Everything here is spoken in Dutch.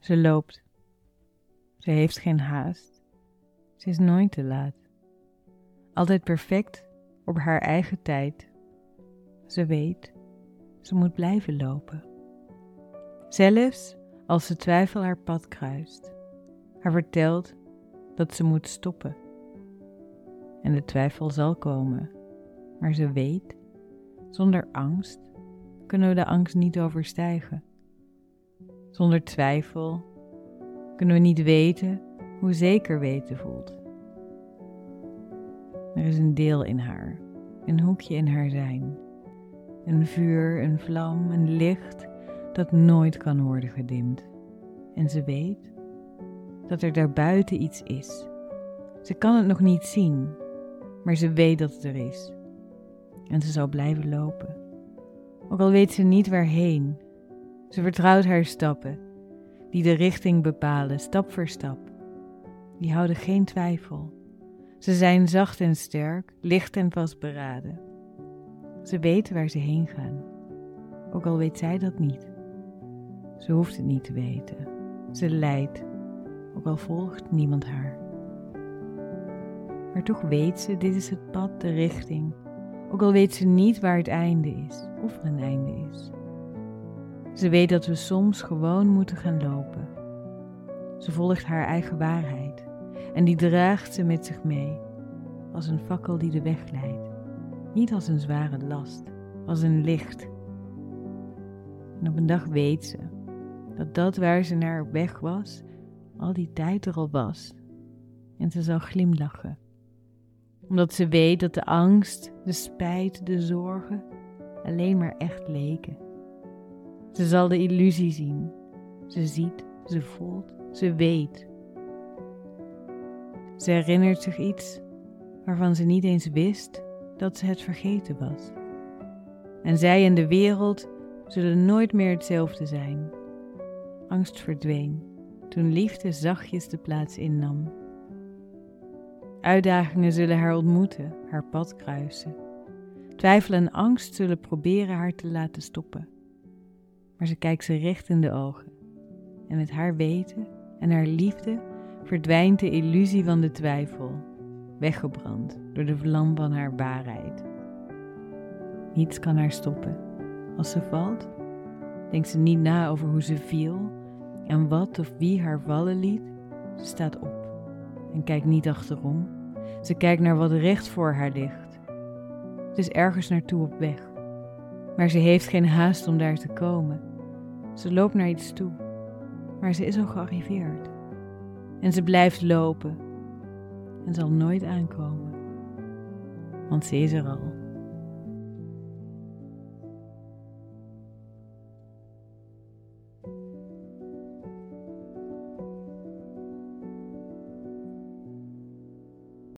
Ze loopt. Ze heeft geen haast. Ze is nooit te laat. Altijd perfect op haar eigen tijd. Ze weet, ze moet blijven lopen. Zelfs als de twijfel haar pad kruist. Haar vertelt dat ze moet stoppen. En de twijfel zal komen. Maar ze weet, zonder angst kunnen we de angst niet overstijgen. Zonder twijfel kunnen we niet weten hoe zeker weten voelt. Er is een deel in haar, een hoekje in haar zijn. Een vuur, een vlam, een licht dat nooit kan worden gedimd. En ze weet dat er daarbuiten iets is. Ze kan het nog niet zien, maar ze weet dat het er is. En ze zal blijven lopen. Ook al weet ze niet waarheen. Ze vertrouwt haar stappen, die de richting bepalen, stap voor stap. Die houden geen twijfel. Ze zijn zacht en sterk, licht en vastberaden. Ze weten waar ze heen gaan, ook al weet zij dat niet. Ze hoeft het niet te weten. Ze leidt, ook al volgt niemand haar. Maar toch weet ze, dit is het pad, de richting. Ook al weet ze niet waar het einde is, of er een einde is. Ze weet dat we soms gewoon moeten gaan lopen. Ze volgt haar eigen waarheid. En die draagt ze met zich mee. Als een fakkel die de weg leidt. Niet als een zware last, als een licht. En op een dag weet ze dat dat waar ze naar op weg was, al die tijd er al was. En ze zal glimlachen. Omdat ze weet dat de angst, de spijt, de zorgen alleen maar echt leken. Ze zal de illusie zien. Ze ziet, ze voelt, ze weet. Ze herinnert zich iets waarvan ze niet eens wist dat ze het vergeten was. En zij en de wereld zullen nooit meer hetzelfde zijn. Angst verdween toen liefde zachtjes de plaats innam. Uitdagingen zullen haar ontmoeten, haar pad kruisen. Twijfel en angst zullen proberen haar te laten stoppen. Maar ze kijkt ze recht in de ogen. En met haar weten en haar liefde verdwijnt de illusie van de twijfel, weggebrand door de vlam van haar waarheid. Niets kan haar stoppen. Als ze valt, denkt ze niet na over hoe ze viel en wat of wie haar vallen liet. Ze staat op en kijkt niet achterom. Ze kijkt naar wat recht voor haar ligt. Ze is ergens naartoe op weg, maar ze heeft geen haast om daar te komen. Ze loopt naar iets toe, maar ze is al gearriveerd. En ze blijft lopen en zal nooit aankomen, want ze is er al.